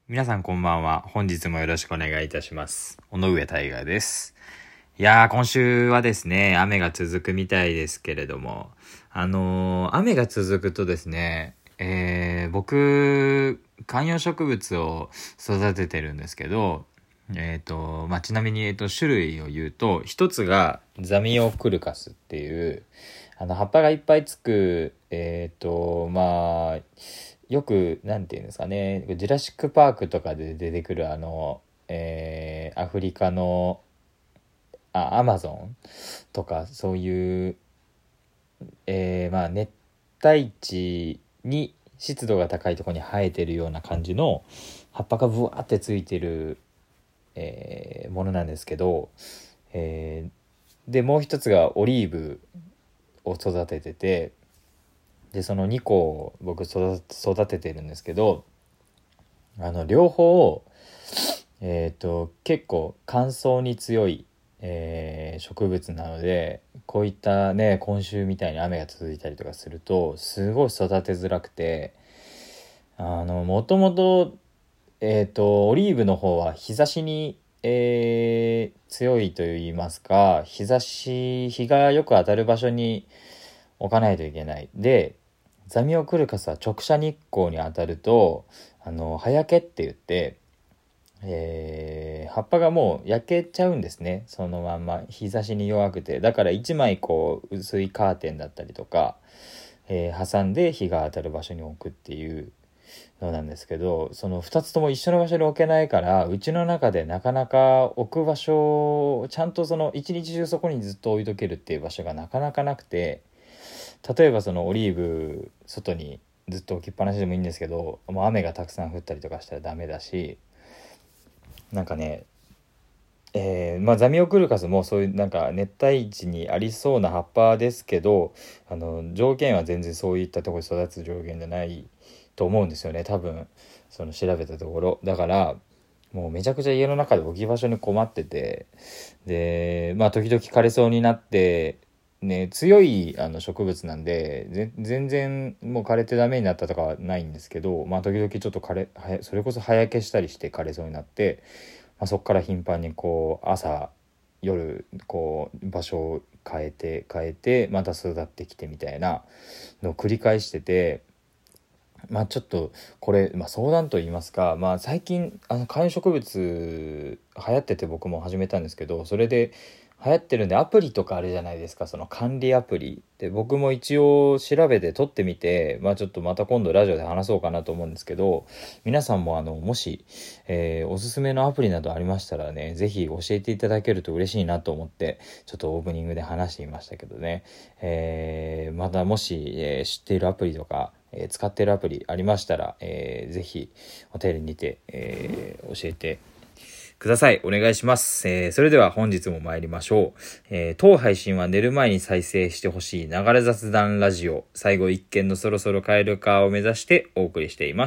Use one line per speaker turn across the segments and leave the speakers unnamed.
皆さんこんばんは。本日もよろしくお願いいたします。尾上大河です。いやー、今週はですね、雨が続くみたいですけれども、雨が続くとですね、僕、観葉植物を育ててるんですけど、ちなみに、種類を言うと、一つがザミオクルカスっていう、葉っぱがいっぱいつく、よく、なんていうんですかね、ジュラシックパークとかで出てくるアフリカの、アマゾンとか、そういう、熱帯地に湿度が高いところに生えてるような感じの葉っぱがブワーってついてる、ものなんですけど、で、もう一つがオリーブを育ててて、で、その2個を僕育ててるんですけど、両方、結構乾燥に強い、植物なので、こういったね、今週みたいに雨が続いたりとかすると、すごい育てづらくて、もともと、オリーブの方は日差しに、強いと言いますか、日がよく当たる場所に置かないといけない。で、ザミオクルカスは直射日光に当たると、葉焼けって言って、葉っぱがもう焼けちゃうんですね。そのまんま日差しに弱くて。だから一枚こう薄いカーテンだったりとか、挟んで日が当たる場所に置くっていうのなんですけど、その2つとも一緒の場所に置けないから、うちの中でなかなか置く場所、ちゃんとその一日中そこにずっと置いとけるっていう場所がなかなかなくて、例えばそのオリーブ外にずっと置きっぱなしでもいいんですけど、もう雨がたくさん降ったりとかしたらダメだし、なんかね、ザミオクルカスもそういうなんか熱帯地にありそうな葉っぱですけど、条件は全然そういったところで育つ条件じゃないと思うんですよね、多分。その調べたところだから、もうめちゃくちゃ家の中で置き場所に困ってて、で時々枯れそうになってね、強い植物なんで全然もう枯れてダメになったとかはないんですけど、時々ちょっとそれこそ葉焼けしたりして枯れそうになって、そこから頻繁にこう朝夜こう場所を変えてまた育ってきてみたいなのを繰り返してて、ちょっとこれ、相談と言いますか、最近観葉植物流行ってて僕も始めたんですけど、それで流行ってるんでアプリとかあるじゃないですか、その管理アプリで。僕も一応調べて撮ってみて、ちょっとまた今度ラジオで話そうかなと思うんですけど、皆さんももし、おすすめのアプリなどありましたらね、ぜひ教えていただけると嬉しいなと思ってちょっとオープニングで話してみましたけどね。またもし、知っているアプリとか使っているアプリありましたら、ぜひお便りにて、教えてください。お願いします。それでは本日も参りましょう。当配信は寝る前に再生してほしいながら雑談ラジオ。最後一件のそろそろ帰るかを目指してお送りしています。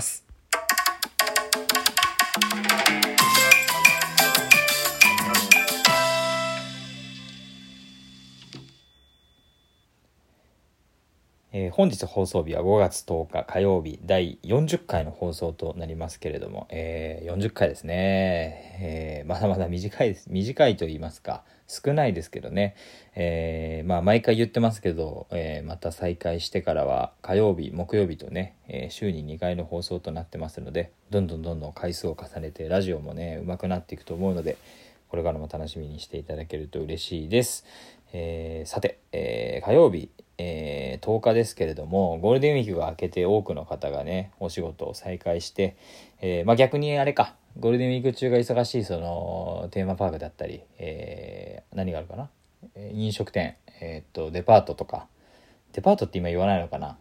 本日放送日は5月10日火曜日第40回の放送となりますけれども、40回ですね。まだまだ短いです。短いと言いますか、少ないですけどね。毎回言ってますけど、また再開してからは火曜日、木曜日とね、週に2回の放送となってますので、どんどん回数を重ねてラジオもね、上手くなっていくと思うので、これからも楽しみにしていただけると嬉しいです。さて、火曜日、10日ですけれども、ゴールデンウィークが明けて多くの方がねお仕事を再開して、逆にあれか、ゴールデンウィーク中が忙しいそのテーマパークだったり、何があるかな、飲食店、デパートとか、デパートって今言わないのかな、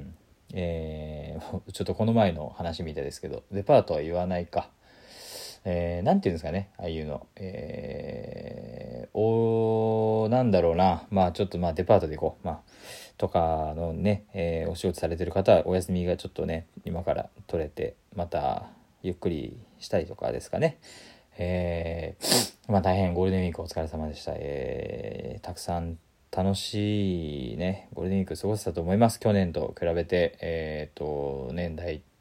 ちょっとこの前の話みたいですけど、デパートは言わないか。なんていうんですかね、ああいうの、なんだろうな、ちょっとデパートで行こう、とかのね、お仕事されてる方はお休みがちょっとね今から取れて、またゆっくりしたりとかですかね。大変ゴールデンウィークお疲れ様でした。たくさん楽しいねゴールデンウィーク過ごせたと思います。去年と比べて年代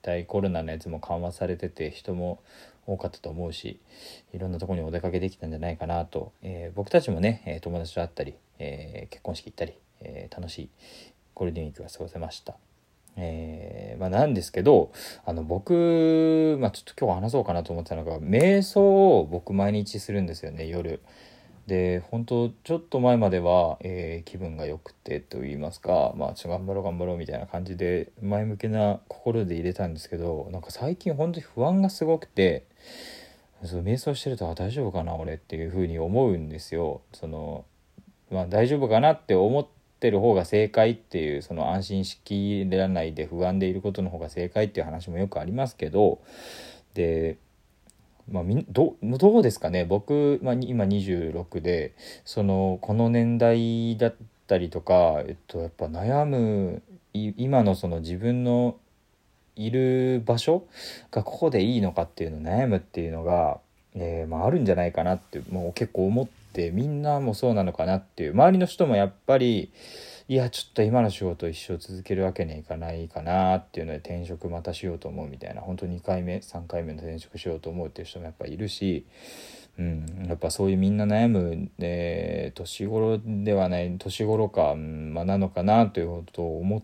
体コロナのやつも緩和されてて人も多かったと思うし、いろんなところにお出かけできたんじゃないかなと、僕たちもね友達と会ったり、結婚式行ったり、楽しいゴールデンウィークが過ごせました。なんですけど僕、ちょっと今日話そうかなと思ってたのが、瞑想を僕毎日するんですよね、夜で。本当ちょっと前までは、気分が良くてと言いますか、ちょっと頑張ろうみたいな感じで前向きな心で入れたんですけど、なんか最近本当に不安がすごくて、瞑想してると大丈夫かな俺っていう風に思うんですよ。大丈夫かなって思ってる方が正解っていう、その安心しきらないで不安でいることの方が正解っていう話もよくありますけど、でどうですかね。僕、今26で、この年代だったりとか、やっぱ悩む今のその自分のいる場所がここでいいのかっていうのを悩むっていうのが、あるんじゃないかなってもう結構思って、みんなもそうなのかなっていう、周りの人もやっぱりいやちょっと今の仕事を一生続けるわけにはいかないかなっていうので、転職またしようと思うみたいな、本当2回目3回目の転職しようと思うっていう人もやっぱいるし、やっぱそういうみんな悩む、年頃ではない年頃か、なのかなということを思って、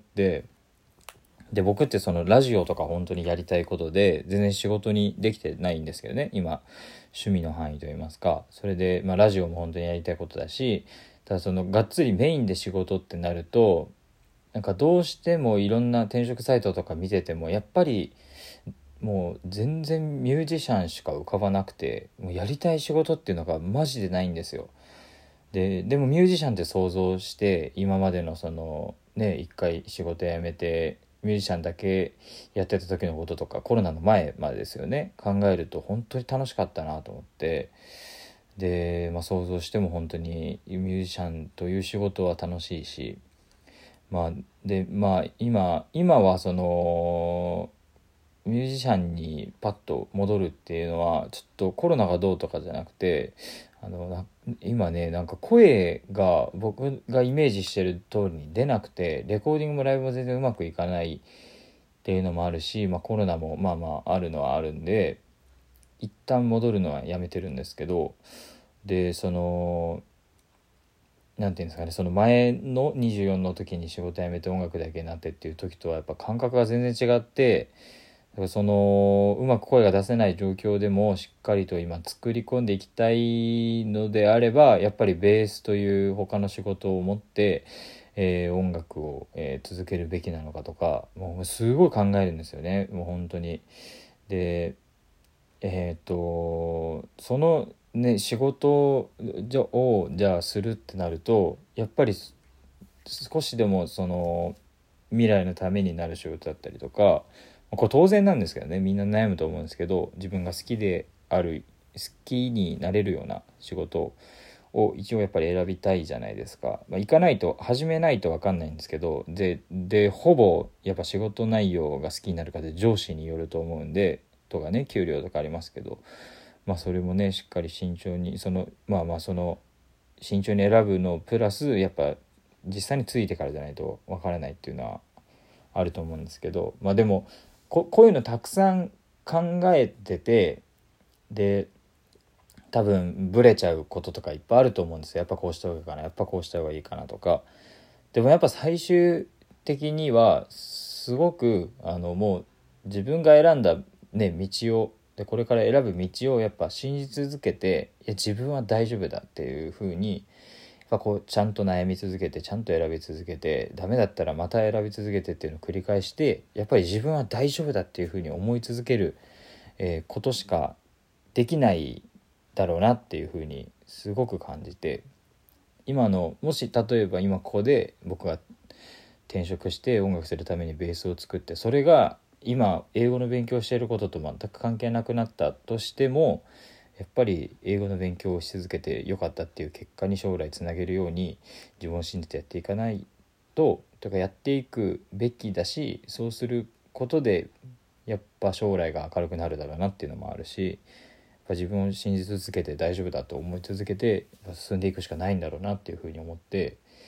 で僕ってそのラジオとか本当にやりたいことで全然仕事にできてないんですけどね、今趣味の範囲といいますか。それで、ラジオも本当にやりたいことだし、ただそのがっつりメインで仕事ってなると、なんかどうしてもいろんな転職サイトとか見ててもやっぱりもう全然ミュージシャンしか浮かばなくて、もうやりたい仕事っていうのがマジでないんですよ。でもミュージシャンって想像して、今までのそのね一回仕事辞めてミュージシャンだけやってた時のこととか、コロナの前までですよね、考えると本当に楽しかったなと思って、で、想像しても本当にミュージシャンという仕事は楽しいし、今はそのミュージシャンにパッと戻るっていうのはちょっとコロナがどうとかじゃなくて、今ねなんか声が僕がイメージしてる通りに出なくて、レコーディングもライブも全然うまくいかないっていうのもあるし、コロナもあるのはあるんで一旦戻るのはやめてるんですけど、でなんていうんですかね、その前の24の時に仕事辞めて音楽だけになってっていう時とはやっぱ感覚が全然違って、だからうまく声が出せない状況でもしっかりと今作り込んでいきたいのであれば、やっぱりベースという他の仕事を持って、音楽を、続けるべきなのかとか、もうすごい考えるんですよね、もう本当に。でそのね仕事をじゃあするってなると、やっぱり少しでもその未来のためになる仕事だったりとか、これ当然なんですけどね、みんな悩むと思うんですけど、自分が好きである好きになれるような仕事を一応やっぱり選びたいじゃないですか。行かないと始めないと分かんないんですけど、でほぼやっぱ仕事内容が好きになるかで上司によると思うんで、とかね給料とかありますけど、それもねしっかり慎重にその慎重に選ぶのプラス、やっぱ実際についてからじゃないと分からないっていうのはあると思うんですけど、でもこういうのたくさん考えてて、で多分ブレちゃうこととかいっぱいあると思うんですよ。やっぱこうした方がいいかな、やっぱこうした方がいいかなとか。でもやっぱ最終的にはすごくもう自分が選んだね道を、これから選ぶ道をやっぱ信じ続けて、いや自分は大丈夫だっていう風にこうちゃんと悩み続けて、ちゃんと選び続けて、ダメだったらまた選び続けてっていうのを繰り返して、やっぱり自分は大丈夫だっていう風に思い続ける、ことしかできないだろうなっていう風にすごく感じて、もし例えば今ここで僕が転職して音楽するためにベースを作って、それが今英語の勉強していることと全く関係なくなったとしても、やっぱり英語の勉強をし続けてよかったっていう結果に将来つなげるように自分を信じてやっていかないとかやっていくべきだし、そうすることでやっぱ将来が明るくなるだろうなっていうのもあるし、やっぱ自分を信じ続けて大丈夫だと思い続けて進んでいくしかないんだろうなっていうふうに思って、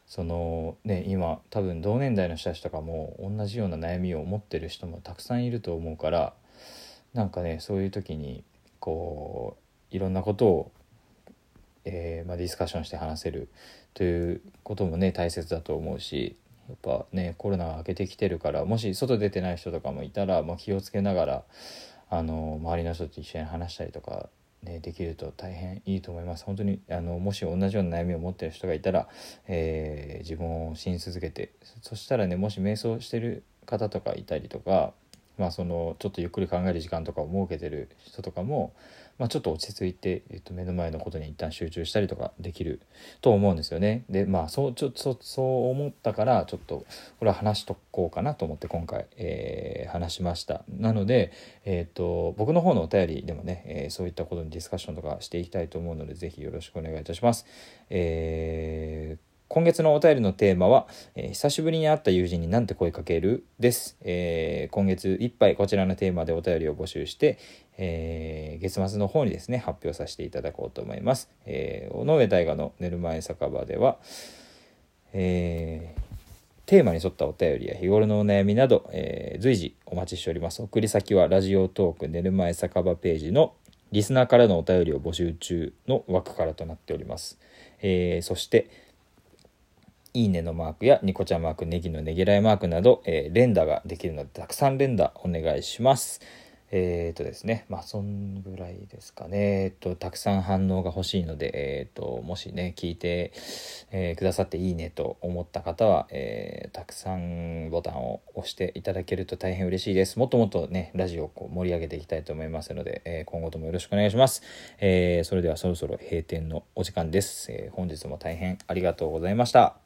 そのね今多分同年代の人たちとかも同じような悩みを持ってる人もたくさんいると思うから、なんかねそういう時にこういろんなことを、ディスカッションして話せるということもね大切だと思うし、やっぱねコロナが明けてきてるから、もし外出てない人とかもいたら、気をつけながら周りの人と一緒に話したりとか、ね、できると大変いいと思います。本当にもし同じような悩みを持っている人がいたら、自分を信じ続けて、そしたらねもし瞑想してる方とかいたりとか、そのちょっとゆっくり考える時間とかを設けてる人とかも、ちょっと落ち着いて、目の前のことに一旦集中したりとかできると思うんですよね。でそう思ったからちょっとこれは話しとこうかなと思って今回、話しました。なので、僕の方のお便りでもね、そういったことにディスカッションとかしていきたいと思うので、ぜひよろしくお願いいたします。今月のお便りのテーマは、久しぶりに会った友人になんて声かけるです。今月いっぱいこちらのテーマでお便りを募集して、月末の方にですね発表させていただこうと思います。尾上大河の寝る前酒場では、テーマに沿ったお便りや日頃のお悩みなど、随時お待ちしております。送り先はラジオトーク寝る前酒場ページのリスナーからのお便りを募集中の枠からとなっております。そしていいねのマークやニコちゃんマーク、ネギのねぎらいマークなど、連打ができるのでたくさん連打お願いします。ですね、そんぐらいですかね。たくさん反応が欲しいので、もしね聞いて、くださっていいねと思った方は、たくさんボタンを押していただけると大変嬉しいです。もっともっとねラジオを盛り上げていきたいと思いますので、今後ともよろしくお願いします。それではそろそろ閉店のお時間です。本日も大変ありがとうございました。